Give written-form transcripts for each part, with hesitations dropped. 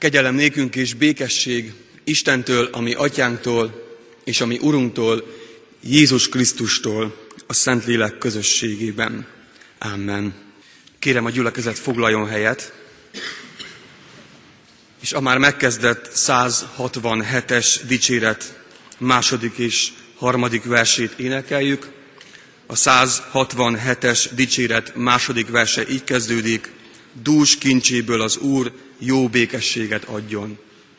Kegyelem nékünk és békesség Istentől, a mi atyánktól, és a mi Urunktól, Jézus Krisztustól, a Szentlélek közösségében. Amen. Kérem, a gyülekezet foglaljon helyet, és a már megkezdett 167-es dicséret második és harmadik versét énekeljük. A 167-es dicséret második verse így kezdődik: dús kincséből az Úr jó békességet adjon.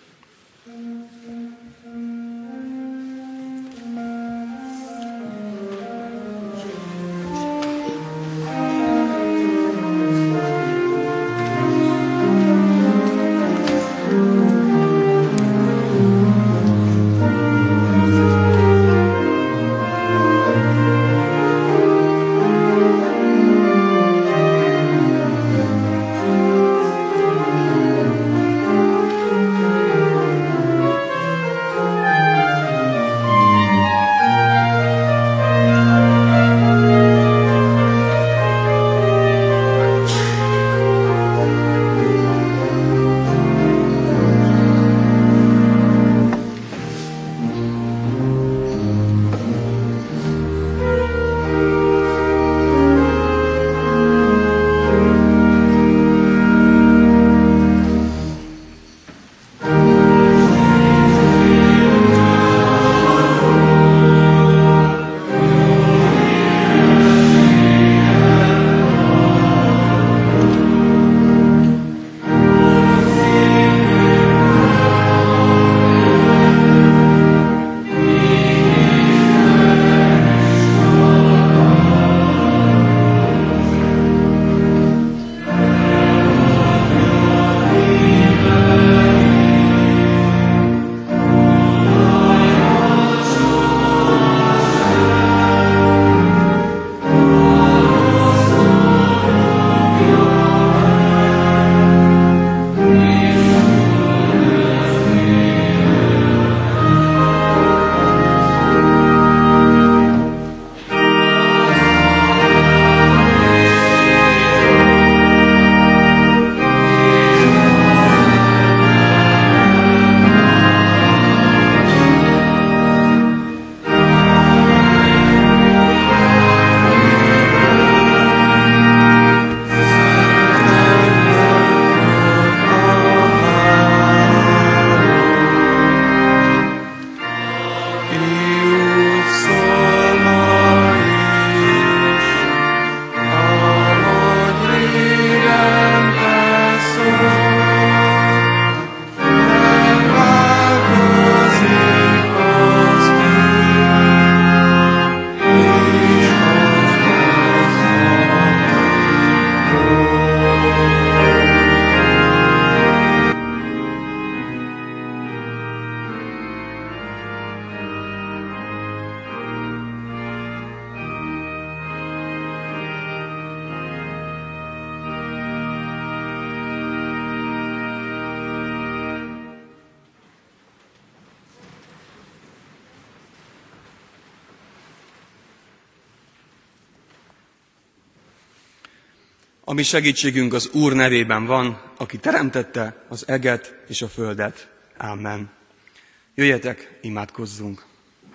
A mi segítségünk az Úr nevében van, aki teremtette az eget és a földet. Amen. Jöjjetek, imádkozzunk!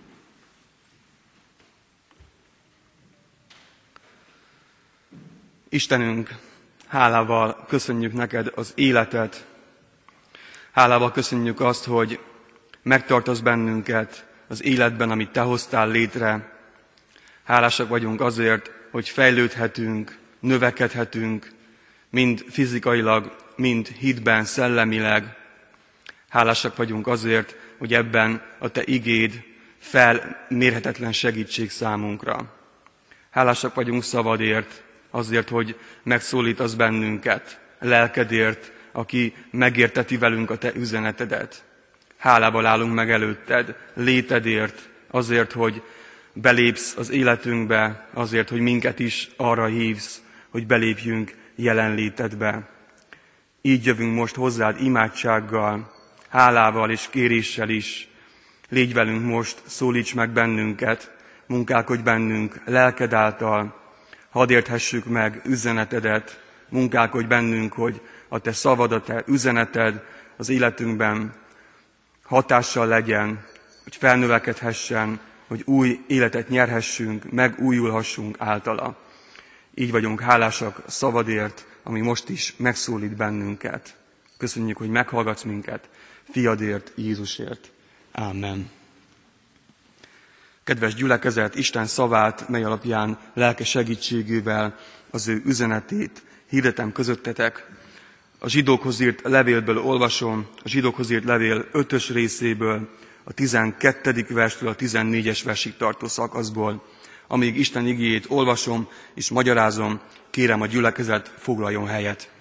Istenünk, hálával köszönjük neked az életet, hálával köszönjük azt, hogy megtartasz bennünket az életben, amit te hoztál létre. Hálásak vagyunk azért, hogy fejlődhetünk, növekedhetünk, mind fizikailag, mind hitben, szellemileg. Hálásak vagyunk azért, hogy ebben a te igéd felmérhetetlen segítség számunkra. Hálásak vagyunk szavadért, azért, hogy megszólítasz bennünket, lelkedért, aki megérteti velünk a te üzenetedet. Hálával állunk meg előtted, létedért, azért, hogy belépsz az életünkbe, azért, hogy minket is arra hívsz, hogy belépjünk jelenlétedbe. Így jövünk most hozzád imádsággal, hálával és kéréssel is. Légy velünk most, szólíts meg bennünket, munkálkodj bennünk lelked által, hadd érthessük meg üzenetedet, munkálkodj bennünk, hogy a te szavad, a te üzeneted az életünkben hatással legyen, hogy felnövekedhessen, hogy új életet nyerhessünk, megújulhassunk általa. Így vagyunk hálásak a szavadért, ami most is megszólít bennünket. Köszönjük, hogy meghallgatsz minket, fiadért, Jézusért. Ámen. Kedves gyülekezet, Isten szavát, mely alapján lelke segítségével az ő üzenetét hirdetem közöttetek. A zsidókhoz írt levélből olvasom, a zsidókhoz írt levél 5. részéből, a 12. verstől a 14. versig tartó szakaszból. Amíg Isten igéjét olvasom és magyarázom, kérem a gyülekezet foglaljon helyet.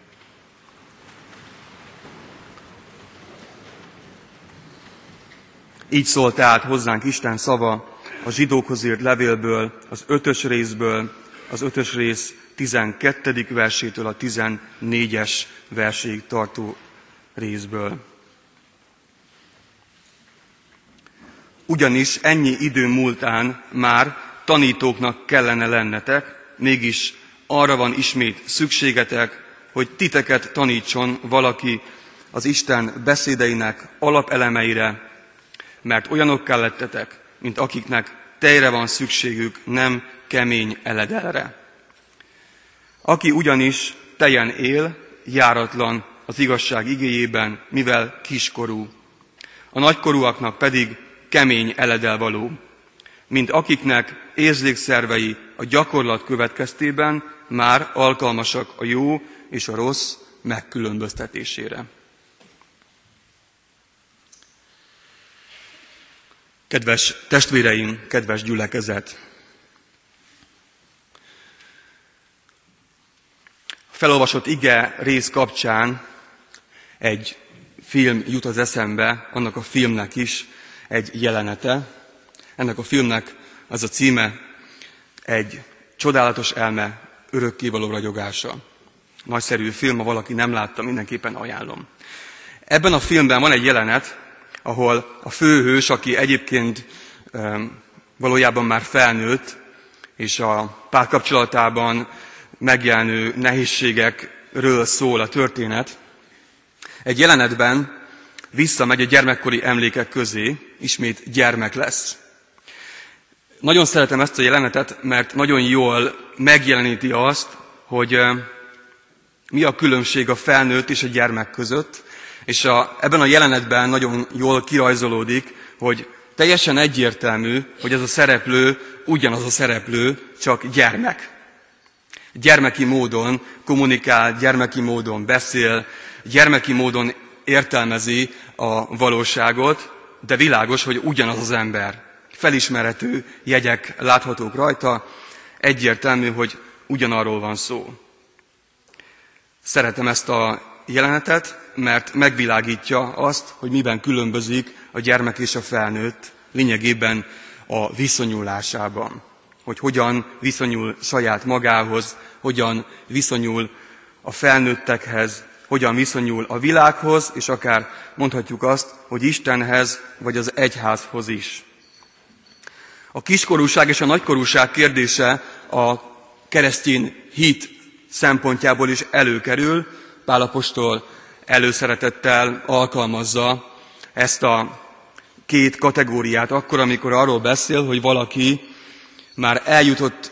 Így szól tehát hozzánk Isten szava a zsidókhoz írt levélből, az 5. részből, az 5. rész 12. versétől a 14. verséig tartó részből. Ugyanis ennyi idő múltán már tanítóknak kellene lennetek, mégis arra van ismét szükségetek, hogy titeket tanítson valaki az Isten beszédeinek alapelemeire, mert olyanokká lettetek, mint akiknek tejre van szükségük, nem kemény eledelre. Aki ugyanis tejen él, járatlan az igazság igéjében, mivel kiskorú. A nagykorúaknak pedig kemény eledel való, mint akiknek érzékszervei a gyakorlat következtében már alkalmasak a jó és a rossz megkülönböztetésére. Kedves testvéreim, kedves gyülekezet! A felolvasott ige rész kapcsán egy film jut az eszembe, annak a filmnek is egy jelenete. Ennek a filmnek az a címe, Egy csodálatos elme örökkévaló ragyogása. Nagyszerű film, ha valaki nem látta, mindenképpen ajánlom. Ebben a filmben van egy jelenet, ahol a főhős, aki egyébként valójában már felnőtt, és a párkapcsolatában megjelenő nehézségekről szól a történet, egy jelenetben visszamegy a gyermekkori emlékek közé, ismét gyermek lesz. Nagyon szeretem ezt a jelenetet, mert nagyon jól megjeleníti azt, hogy mi a különbség a felnőtt és a gyermek között, és ebben a jelenetben nagyon jól kirajzolódik, hogy teljesen egyértelmű, hogy ez a szereplő ugyanaz a szereplő, csak gyermek. Gyermeki módon kommunikál, gyermeki módon beszél, gyermeki módon értelmezi a valóságot, de világos, hogy ugyanaz az ember. Felismerhető jegyek láthatók rajta, egyértelmű, hogy ugyanarról van szó. Szeretem ezt a jelenetet, mert megvilágítja azt, hogy miben különbözik a gyermek és a felnőtt lényegében a viszonyulásában. Hogy hogyan viszonyul saját magához, hogyan viszonyul a felnőttekhez, hogyan viszonyul a világhoz, és akár mondhatjuk azt, hogy Istenhez, vagy az egyházhoz is. A kiskorúság és a nagykorúság kérdése a keresztény hit szempontjából is előkerül. Pál apostol előszeretettel alkalmazza ezt a két kategóriát akkor, amikor arról beszél, hogy valaki már eljutott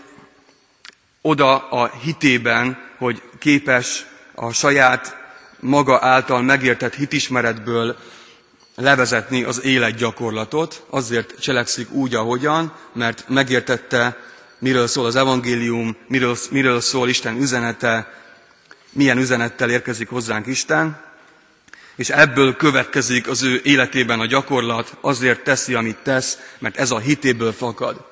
oda a hitében, hogy képes a saját maga által megértett hitismeretből levezetni az életgyakorlatot, azért cselekszik úgy, ahogyan, mert megértette, miről szól az evangélium, miről szól Isten üzenete, milyen üzenettel érkezik hozzánk Isten, és ebből következik az ő életében a gyakorlat, azért teszi, amit tesz, mert ez a hitéből fakad.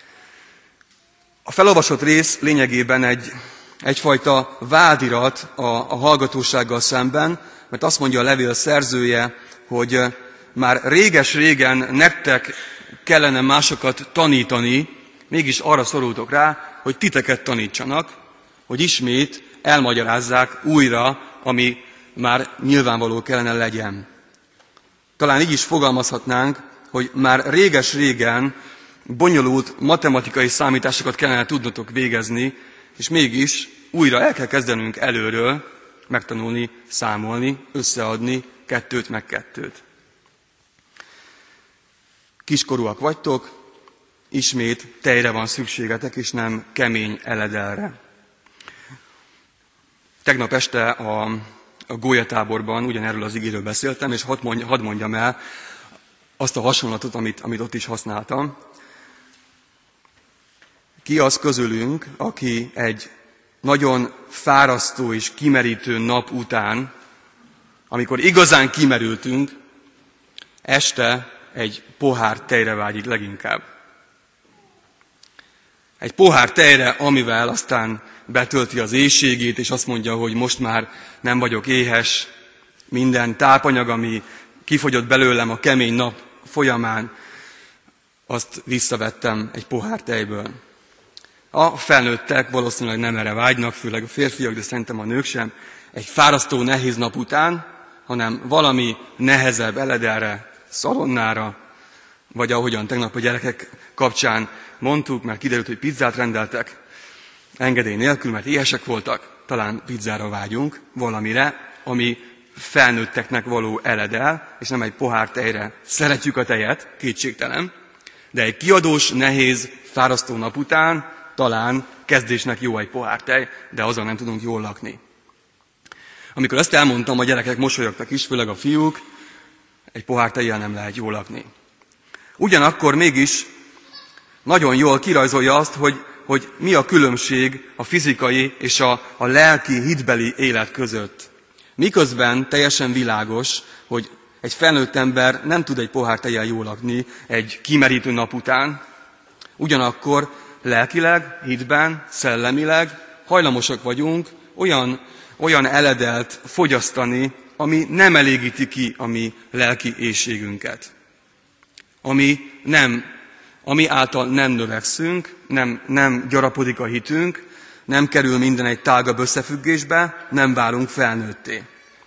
A felolvasott rész lényegében egyfajta vádirat a hallgatósággal szemben, mert azt mondja a levél szerzője, hogy már réges-régen nektek kellene másokat tanítani, mégis arra szorultok rá, hogy titeket tanítsanak, hogy ismét elmagyarázzák újra, ami már nyilvánvaló kellene legyen. Talán így is fogalmazhatnánk, hogy már réges-régen bonyolult matematikai számításokat kellene tudnotok végezni, és mégis újra el kell kezdenünk előről, megtanulni számolni, összeadni 2 meg 2. Kiskorúak vagytok, ismét tejre van szükségetek, és nem kemény eledelre. Tegnap este a gólyatáborban ugyanerről az igéről beszéltem, és hadd mondjam el azt a hasonlatot, amit ott is használtam. Ki az közülünk, aki egy nagyon fárasztó és kimerítő nap után, amikor igazán kimerültünk, este egy pohár tejre vágyik leginkább. Egy pohár tejre, amivel aztán betölti az éhségét, és azt mondja, hogy most már nem vagyok éhes, minden tápanyag, ami kifogyott belőlem a kemény nap folyamán, azt visszavettem egy pohár tejből. A felnőttek valószínűleg nem erre vágynak, főleg a férfiak, de szerintem a nők sem, egy fárasztó, nehéz nap után, hanem valami nehezebb eledelre, szalonnára, vagy ahogyan tegnap a gyerekek kapcsán mondtuk, mert kiderült, hogy pizzát rendeltek, engedély nélkül, mert éhesek voltak, talán pizzára vágyunk, valamire, ami felnőtteknek való eledel, és nem egy pohár tejre. Szeretjük a tejet, kétségtelen, de egy kiadós, nehéz, fárasztó nap után talán kezdésnek jó egy pohár tej, de azon nem tudunk jól lakni. Amikor ezt elmondtam, a gyerekek mosolyogtak is, főleg a fiúk, egy pohár tejjel nem lehet jól lakni. Ugyanakkor mégis nagyon jól kirajzolja azt, hogy mi a különbség a fizikai és a lelki, hitbeli élet között. Miközben teljesen világos, hogy egy felnőtt ember nem tud egy pohár tejjel jól lakni egy kimerítő nap után, ugyanakkor lelkileg, hitben, szellemileg hajlamosak vagyunk olyan eledelt fogyasztani, ami nem elégíti ki a mi lelki éhségünket. Ami által nem növekszünk, nem gyarapodik a hitünk, nem kerül minden egy tágabb összefüggésbe, nem válunk felnőtté.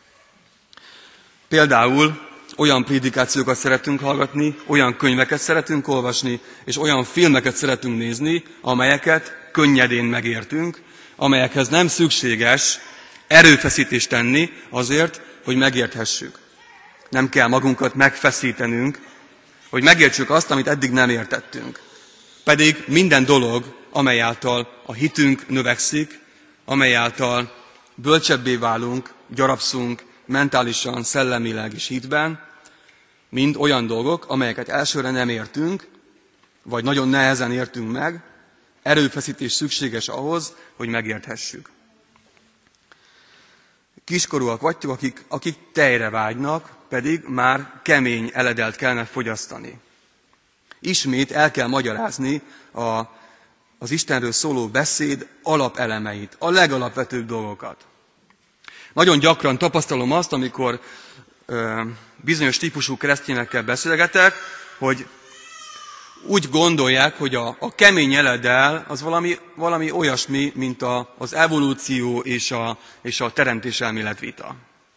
Például olyan prédikációkat szeretünk hallgatni, olyan könyveket szeretünk olvasni, és olyan filmeket szeretünk nézni, amelyeket könnyedén megértünk, amelyekhez nem szükséges erőfeszítést tenni azért, hogy megérthessük. Nem kell magunkat megfeszítenünk, hogy megértsük azt, amit eddig nem értettünk. Pedig minden dolog, amely által a hitünk növekszik, amely által bölcsebbé válunk, gyarapszunk mentálisan, szellemileg és hitben, mind olyan dolgok, amelyeket elsőre nem értünk, vagy nagyon nehezen értünk meg, erőfeszítés szükséges ahhoz, hogy megérthessük. Kiskorúak vagytok, akik tejre vágynak, pedig már kemény eledelt kellene fogyasztani. Ismét el kell magyarázni az Istenről szóló beszéd alapelemeit, a legalapvetőbb dolgokat. Nagyon gyakran tapasztalom azt, amikor bizonyos típusú keresztényekkel beszélgetek, hogy úgy gondolják, hogy a kemény eledel az valami olyasmi, mint az evolúció és a teremtés elmélet vita.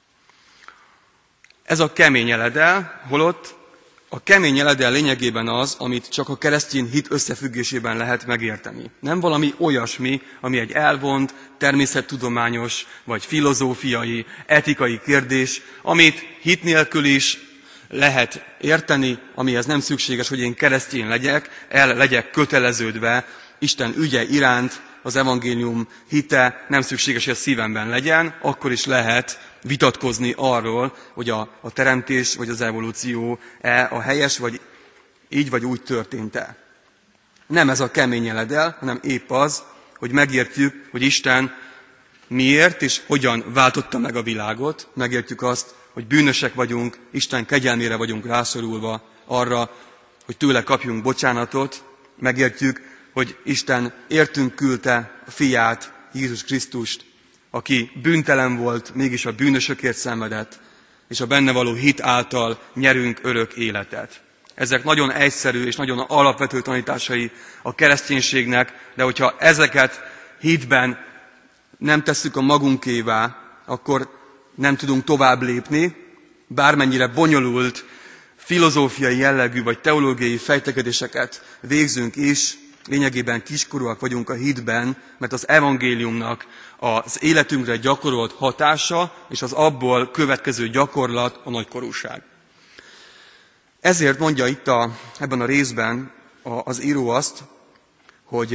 Ez a kemény eledel, holott a kemény eledel lényegében az, amit csak a keresztény hit összefüggésében lehet megérteni. Nem valami olyasmi, ami egy elvont, természettudományos, vagy filozófiai, etikai kérdés, amit hit nélkül is lehet érteni, amihez nem szükséges, hogy én keresztény legyek, el legyek köteleződve Isten ügye iránt, az evangélium hite nem szükséges, hogy a szívemben legyen, akkor is lehet vitatkozni arról, hogy a teremtés vagy az evolúció a helyes, vagy így vagy úgy történt-e. Nem ez a kemény eledel, hanem épp az, hogy megértjük, hogy Isten miért és hogyan váltotta meg a világot, megértjük azt, hogy bűnösek vagyunk, Isten kegyelmére vagyunk rászorulva arra, hogy tőle kapjunk bocsánatot, megértjük, hogy Isten értünk küldte a fiát, Jézus Krisztust, aki bűntelen volt, mégis a bűnösökért szenvedett, és a benne való hit által nyerünk örök életet. Ezek nagyon egyszerű és nagyon alapvető tanításai a kereszténységnek, de hogyha ezeket hitben nem tesszük a magunkévá, akkor nem tudunk tovább lépni, bármennyire bonyolult, filozófiai jellegű vagy teológiai fejtekedéseket végzünk is, lényegében kiskorúak vagyunk a hitben, mert az evangéliumnak az életünkre gyakorolt hatása és az abból következő gyakorlat a nagykorúság. Ezért mondja itt ebben a részben az író azt, hogy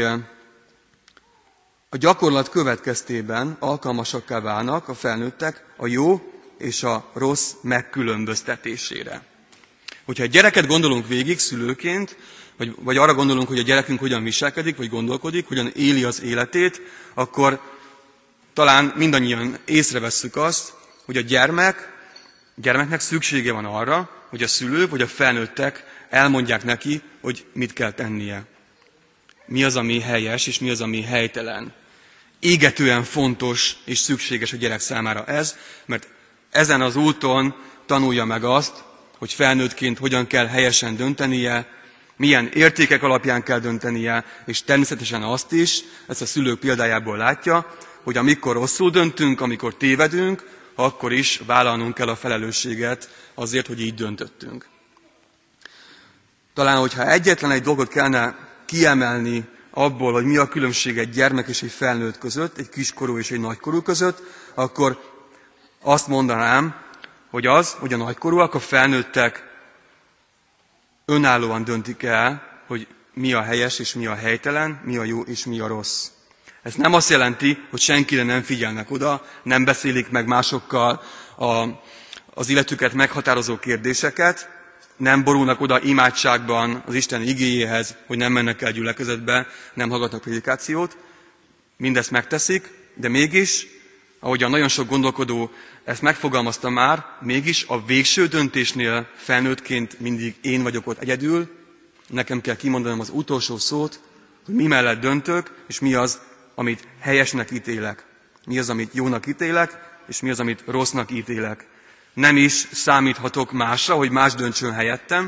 a gyakorlat következtében alkalmasakká válnak a felnőttek a jó és a rossz megkülönböztetésére. Hogyha egy gyereket gondolunk végig szülőként, vagy arra gondolunk, hogy a gyerekünk hogyan viselkedik, vagy gondolkodik, hogyan éli az életét, akkor talán mindannyian észrevesszük azt, hogy a gyermeknek szüksége van arra, hogy a szülők vagy a felnőttek elmondják neki, hogy mit kell tennie. Mi az, ami helyes, és mi az, ami helytelen. Égetően fontos és szükséges a gyerek számára ez, mert ezen az úton tanulja meg azt, hogy felnőttként hogyan kell helyesen döntenie, milyen értékek alapján kell döntenie, és természetesen azt is, ezt a szülők példájából látja, hogy amikor rosszul döntünk, amikor tévedünk, akkor is vállalnunk kell a felelősséget azért, hogy így döntöttünk. Talán, hogyha egyetlen egy dolgot kellene kiemelni abból, hogy mi a különbség egy gyermek és egy felnőtt között, egy kiskorú és egy nagykorú között, akkor azt mondanám, hogy a nagykorúak, a felnőttek önállóan döntik el, hogy mi a helyes és mi a helytelen, mi a jó és mi a rossz. Ez nem azt jelenti, hogy senkire nem figyelnek oda, nem beszélik meg másokkal az életüket meghatározó kérdéseket, nem borulnak oda imádságban az Isten igéjéhez, hogy nem mennek el gyülekezetbe, nem hallgatnak prédikációt. Mindezt megteszik, de mégis, ahogyan nagyon sok gondolkodó ezt megfogalmazta már, mégis a végső döntésnél felnőttként mindig én vagyok ott egyedül, nekem kell kimondanom az utolsó szót, hogy mi mellett döntök, és mi az, amit helyesnek ítélek. Mi az, amit jónak ítélek, és mi az, amit rossznak ítélek. Nem is számíthatok másra, hogy más döntsön helyettem.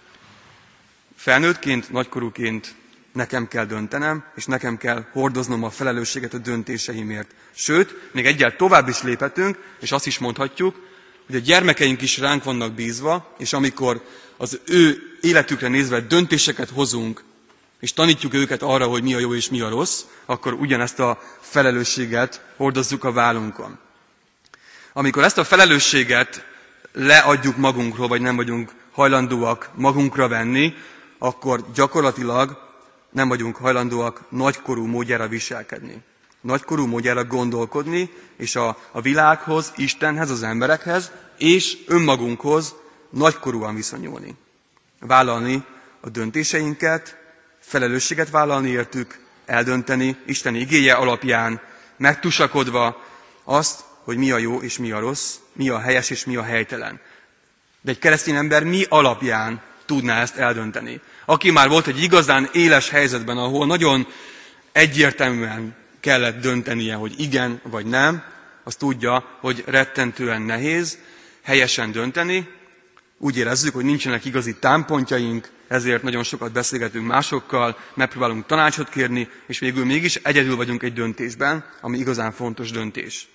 Felnőttként, nagykorúként nekem kell döntenem, és nekem kell hordoznom a felelősséget a döntéseimért. Sőt, még egyel tovább is léphetünk, és azt is mondhatjuk, hogy a gyermekeink is ránk vannak bízva, és amikor az ő életükre nézve döntéseket hozunk, és tanítjuk őket arra, hogy mi a jó és mi a rossz, akkor ugyanezt a felelősséget hordozzuk a vállunkon. Amikor ezt a felelősséget leadjuk magunkról, vagy nem vagyunk hajlandóak magunkra venni, akkor gyakorlatilag nem vagyunk hajlandóak nagykorú módjára viselkedni. Nagykorú módjára gondolkodni, és a világhoz, Istenhez, az emberekhez, és önmagunkhoz nagykorúan viszonyulni. Vállalni a döntéseinket, felelősséget vállalni értük, eldönteni Isten igéje alapján, megtusakodva azt, hogy mi a jó és mi a rossz, mi a helyes és mi a helytelen. De egy keresztény ember mi alapján tudná ezt eldönteni? Aki már volt egy igazán éles helyzetben, ahol nagyon egyértelműen kellett döntenie, hogy igen vagy nem, az tudja, hogy rettentően nehéz helyesen dönteni. Úgy érezzük, hogy nincsenek igazi támpontjaink, ezért nagyon sokat beszélgetünk másokkal, megpróbálunk tanácsot kérni, és végül mégis egyedül vagyunk egy döntésben, ami igazán fontos döntés.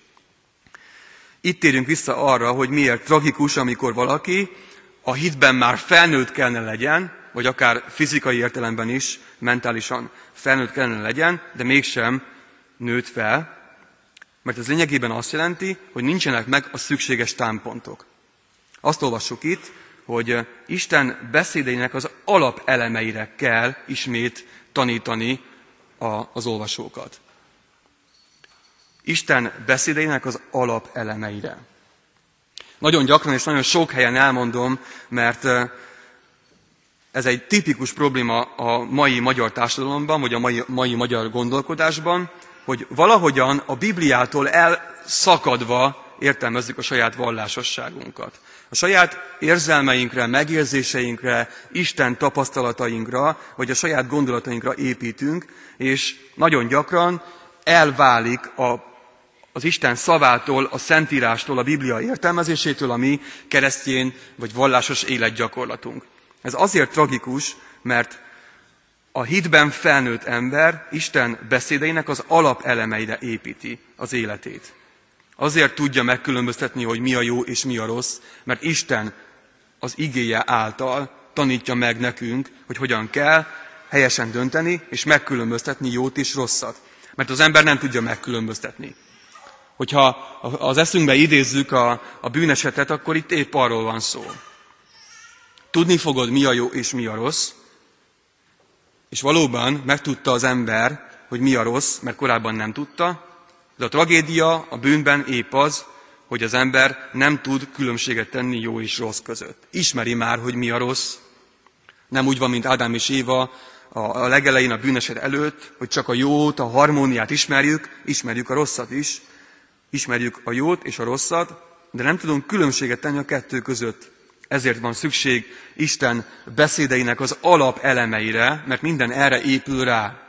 Itt térünk vissza arra, hogy miért tragikus, amikor valaki a hitben már felnőtt kellene legyen, vagy akár fizikai értelemben is, mentálisan felnőtt kellene legyen, de mégsem nőtt fel, mert ez lényegében azt jelenti, hogy nincsenek meg a szükséges támpontok. Azt olvassuk itt, hogy Isten beszédeinek az alapelemeire kell ismét tanítani az olvasókat. Isten beszédeinek az alapelemeire. Nagyon gyakran és nagyon sok helyen elmondom, mert ez egy tipikus probléma a mai magyar társadalomban, vagy a mai magyar gondolkodásban, hogy valahogyan a Bibliától elszakadva értelmezzük a saját vallásosságunkat. A saját érzelmeinkre, megérzéseinkre, Isten tapasztalatainkra, vagy a saját gondolatainkra építünk, és nagyon gyakran elválik az Isten szavától, a Szentírástól, a Biblia értelmezésétől a mi keresztény vagy vallásos életgyakorlatunk. Ez azért tragikus, mert a hitben felnőtt ember Isten beszédeinek az alapelemeire építi az életét. Azért tudja megkülönböztetni, hogy mi a jó és mi a rossz, mert Isten az igéje által tanítja meg nekünk, hogy hogyan kell helyesen dönteni, és megkülönböztetni jót és rosszat. Mert az ember nem tudja megkülönböztetni. Hogyha az eszünkbe idézzük a bűnesetet, akkor itt épp arról van szó. Tudni fogod, mi a jó és mi a rossz, és valóban megtudta az ember, hogy mi a rossz, mert korábban nem tudta, de a tragédia a bűnben épp az, hogy az ember nem tud különbséget tenni jó és rossz között. Ismeri már, hogy mi a rossz. Nem úgy van, mint Ádám és Éva a legelején a bűneset előtt, hogy csak a jót, a harmóniát ismerjük a rosszat is, ismerjük a jót és a rosszat, de nem tudunk különbséget tenni a kettő között. Ezért van szükség Isten beszédeinek az alapelemeire, mert minden erre épül rá.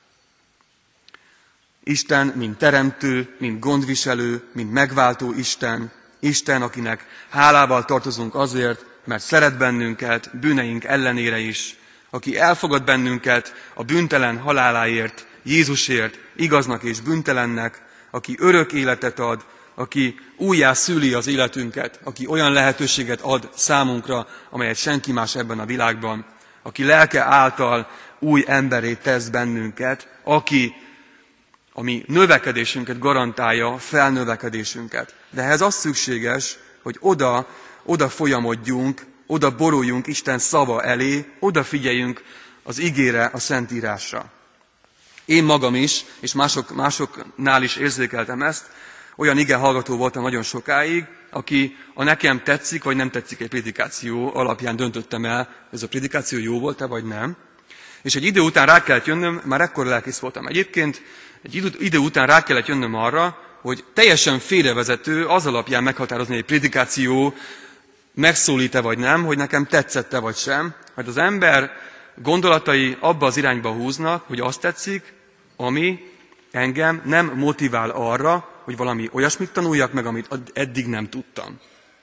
Isten, mint teremtő, mint gondviselő, mint megváltó Isten, akinek hálával tartozunk azért, mert szeret bennünket, bűneink ellenére is, aki elfogad bennünket a bűntelen haláláért, Jézusért, igaznak és bűntelennek, aki örök életet ad, aki újjá szüli az életünket, aki olyan lehetőséget ad számunkra, amelyet senki más ebben a világban, aki lelke által új emberré tesz bennünket, aki a mi növekedésünket garantálja, felnövekedésünket. De ehhez az szükséges, hogy oda folyamodjunk, oda boruljunk Isten szava elé, oda figyeljünk az igére, a Szentírásra. Én magam is, és másoknál is érzékeltem ezt, olyan ige hallgató voltam nagyon sokáig, aki a nekem tetszik, vagy nem tetszik egy prédikáció alapján döntöttem el, ez a prédikáció jó volt-e, vagy nem. És egy idő után rá kellett jönnöm, már ekkor lelkész voltam egyébként, egy idő után rá kellett jönnöm arra, hogy teljesen félrevezető az alapján meghatározni egy prédikáció megszólít-e vagy nem, hogy nekem tetszette vagy sem, mert az ember gondolatai abba az irányba húznak, hogy azt tetszik, ami engem nem motivál arra, hogy valami olyasmit tanuljak meg, amit eddig nem tudtam.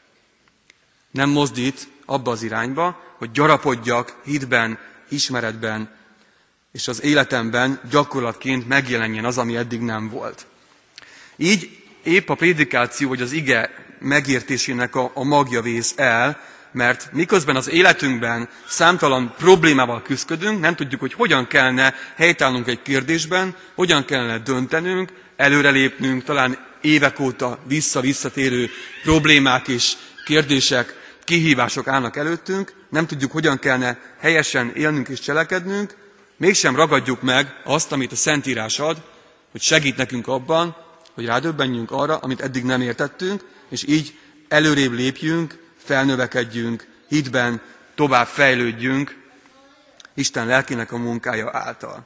Nem mozdít abba az irányba, hogy gyarapodjak hitben, ismeretben, és az életemben gyakorlatként megjelenjen az, ami eddig nem volt. Így épp a prédikáció, vagy az ige megértésének a magja vész el, mert miközben az életünkben számtalan problémával küzdködünk, nem tudjuk, hogy hogyan kellene helytállnunk egy kérdésben, hogyan kellene döntenünk, előrelépnünk, talán évek óta visszatérő problémák és kérdések, kihívások állnak előttünk, nem tudjuk, hogyan kellene helyesen élnünk és cselekednünk, mégsem ragadjuk meg azt, amit a Szentírás ad, hogy segít nekünk abban, hogy rádöbbenjünk arra, amit eddig nem értettünk, és így előrébb lépjünk, felnövekedjünk, hitben tovább fejlődjünk Isten lelkének a munkája által.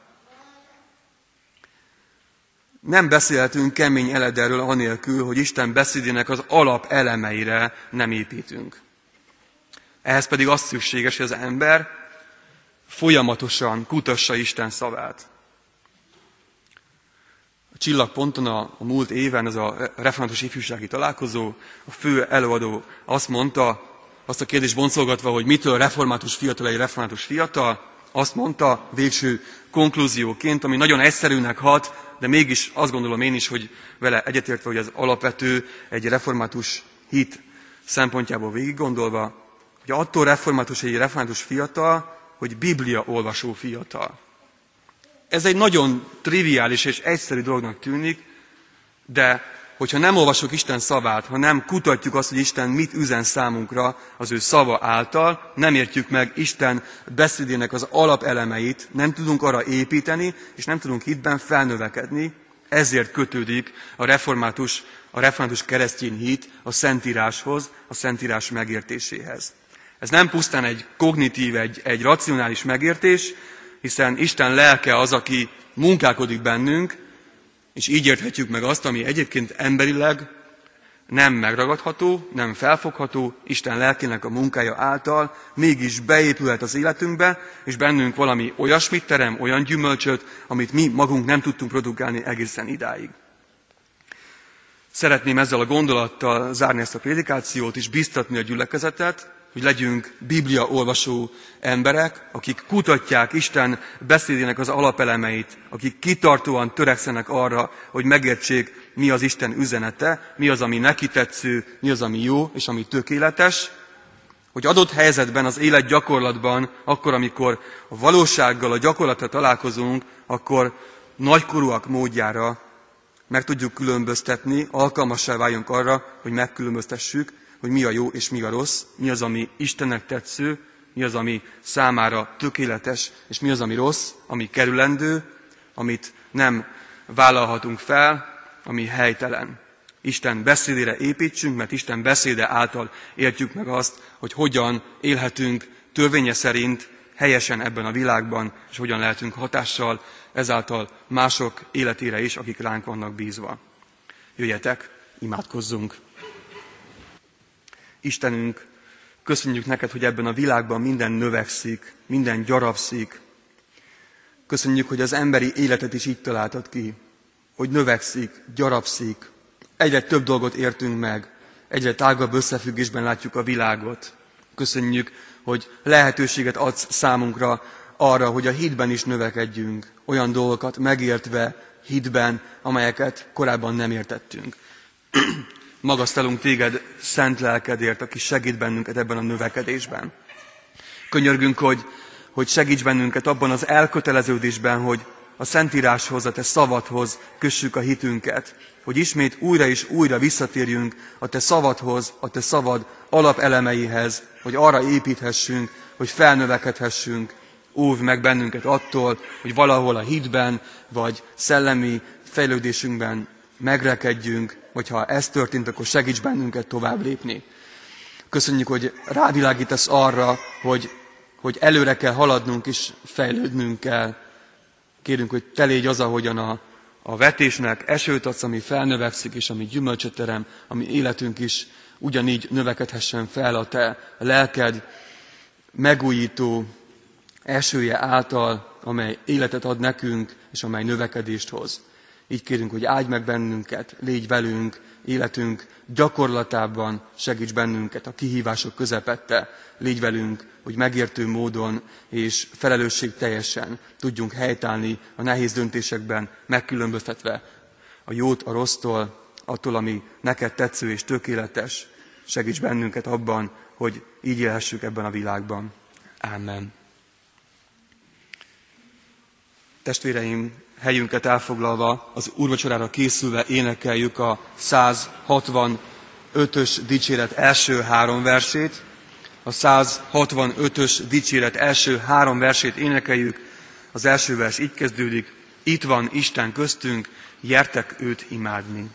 Nem beszélhetünk kemény eledelről anélkül, hogy Isten beszédének az alapelemeire nem építünk. Ehhez pedig az szükséges, hogy az ember folyamatosan kutassa Isten szavát. A Csillagponton a múlt éven, ez a református ifjúsági találkozó, a fő előadó azt mondta, azt a kérdést boncolgatva, hogy mitől református fiatal egy református fiatal, azt mondta végső konklúzióként, ami nagyon egyszerűnek hat, de mégis azt gondolom én is, hogy vele egyetértve, hogy az alapvető egy református hit szempontjából végig gondolva, hogy attól református egy református fiatal, hogy Biblia olvasó fiatal. Ez egy nagyon triviális és egyszerű dolognak tűnik, de hogyha nem olvasok Isten szavát, ha nem kutatjuk azt, hogy Isten mit üzen számunkra az ő szava által, nem értjük meg Isten beszédének az alapelemeit, nem tudunk arra építeni, és nem tudunk hitben felnövekedni, ezért kötődik a református keresztény hit a Szentíráshoz, a Szentírás megértéséhez. Ez nem pusztán egy kognitív, egy racionális megértés, hiszen Isten lelke az, aki munkálkodik bennünk, és így érthetjük meg azt, ami egyébként emberileg nem megragadható, nem felfogható, Isten lelkének a munkája által mégis beépülhet az életünkbe, és bennünk valami olyasmit terem, olyan gyümölcsöt, amit mi magunk nem tudtunk produkálni egészen idáig. Szeretném ezzel a gondolattal zárni ezt a prédikációt, és biztatni a gyülekezetet, hogy legyünk Biblia olvasó emberek, akik kutatják Isten beszédének az alapelemeit, akik kitartóan törekszenek arra, hogy megértsék, mi az Isten üzenete, mi az, ami neki tetsző, mi az, ami jó, és ami tökéletes, Hogy adott helyzetben, az élet gyakorlatban, akkor, amikor a valósággal, a gyakorlattal találkozunk, akkor nagykorúak módjára meg tudjuk különböztetni, alkalmassá váljunk arra, hogy megkülönböztessük, hogy mi a jó és mi a rossz, mi az, ami Istennek tetsző, mi az, ami számára tökéletes, és mi az, ami rossz, ami kerülendő, amit nem vállalhatunk fel, ami helytelen. Isten beszédére építsünk, mert Isten beszéde által értjük meg azt, hogy hogyan élhetünk törvénye szerint helyesen ebben a világban, és hogyan lehetünk hatással ezáltal mások életére is, akik ránk vannak bízva. Jöjjetek, imádkozzunk! Istenünk, köszönjük neked, hogy ebben a világban minden növekszik, minden gyarapszik. Köszönjük, hogy az emberi életet is így találtad ki, hogy növekszik, gyarapszik, egyre több dolgot értünk meg, egyre tágabb összefüggésben látjuk a világot. Köszönjük, hogy lehetőséget adsz számunkra arra, hogy a hitben is növekedjünk, olyan dolgokat megértve hitben, amelyeket korábban nem értettünk. Magasztalunk téged szent lelkedért, aki segít bennünket ebben a növekedésben. Könyörgünk, hogy segíts bennünket abban az elköteleződésben, hogy a Szentíráshoz, a te szavadhoz kössük a hitünket, hogy ismét újra és újra visszatérjünk a te szavadhoz, a te szavad alapelemeihez, hogy arra építhessünk, hogy felnövekedhessünk. Óvj meg bennünket attól, hogy valahol a hitben, vagy szellemi fejlődésünkben megrekedjünk, vagy ha ez történt, akkor segíts bennünket tovább lépni. Köszönjük, hogy rávilágítasz arra, hogy előre kell haladnunk és fejlődnünk kell. Kérünk, hogy te légy az, ahogyan a vetésnek esőt adsz, ami felnövekszik, és ami gyümölcsöt terem, ami életünk is ugyanígy növekedhessen fel a te lelked megújító esője által, amely életet ad nekünk, és amely növekedést hoz. Így kérünk, hogy áldj meg bennünket, légy velünk, életünk gyakorlatában segíts bennünket a kihívások közepette, légy velünk, hogy megértő módon és felelősségteljesen tudjunk helytállni a nehéz döntésekben, megkülönböztetve a jót a rossztól, attól, ami neked tetsző és tökéletes. Segíts bennünket abban, hogy így élhessük ebben a világban. Ámen. Testvéreim, helyünket elfoglalva, az úrvacsorára készülve énekeljük a 165-ös dicséret első 3 versét. A 165-ös dicséret első 3 versét énekeljük. Az első vers így kezdődik: Itt van Isten köztünk, gyertek őt imádni.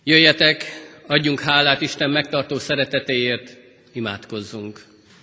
Jöjjetek, adjunk hálát Isten megtartó szeretetéért, imádkozzunk.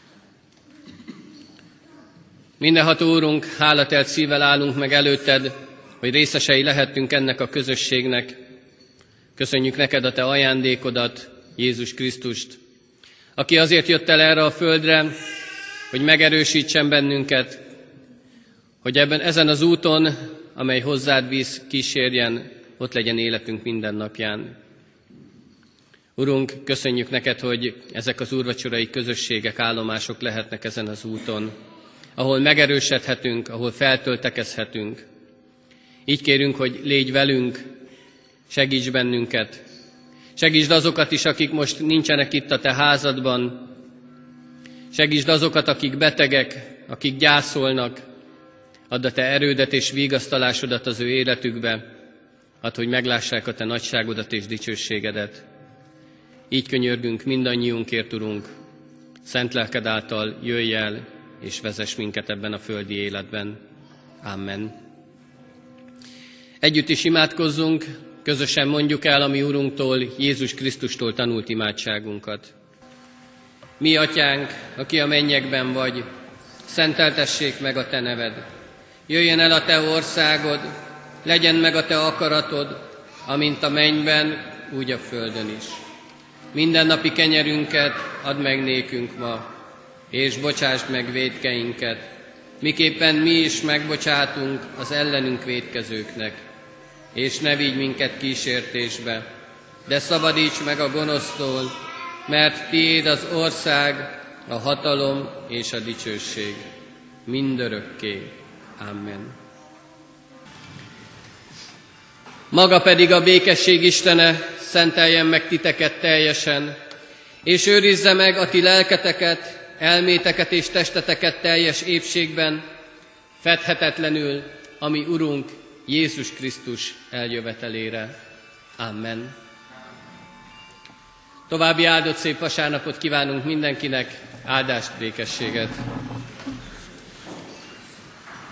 Mindenható Úrunk, hálatelt szívvel állunk meg előtted, hogy részesei lehettünk ennek a közösségnek. Köszönjük neked a te ajándékodat, Jézus Krisztust, aki azért jött el erre a földre, hogy megerősítsen bennünket, hogy ezen az úton, amely hozzád visz, kísérjen, ott legyen életünk minden napján. Urunk, köszönjük neked, hogy ezek az úrvacsorai közösségek, állomások lehetnek ezen az úton, ahol megerősödhetünk, ahol feltöltekezhetünk. Így kérünk, hogy légy velünk, segíts bennünket. Segítsd azokat is, akik most nincsenek itt a te házadban. Segítsd azokat, akik betegek, akik gyászolnak. Add a te erődet és vigasztalásodat az ő életükbe. Add, hogy meglássák a te nagyságodat és dicsőségedet. Így könyörgünk mindannyiunkért, Urunk. Szent lelked által jöjj el, és vezess minket ebben a földi életben. Amen. Együtt is imádkozzunk, közösen mondjuk el a mi Urunktól, Jézus Krisztustól tanult imádságunkat. Mi, Atyánk, aki a mennyekben vagy, szenteltessék meg a te neved. Jöjjön el a te országod, legyen meg a te akaratod, amint a mennyben, úgy a földön is. Mindennapi kenyerünket add meg nékünk ma, és bocsásd meg vétkeinket, miképpen mi is megbocsátunk az ellenünk vétkezőknek. És ne vigy minket kísértésbe, de szabadíts meg a gonosztól, mert tiéd az ország, a hatalom és a dicsőség mindörökké. Amen. Maga pedig a békesség Istene szenteljen meg titeket teljesen, és őrizze meg a ti lelketeket, elméteket és testeteket teljes épségben, fedhetetlenül, a mi Urunk Jézus Krisztus eljövetelére. Amen. További áldott szép vasárnapot kívánunk mindenkinek, áldást, békességet!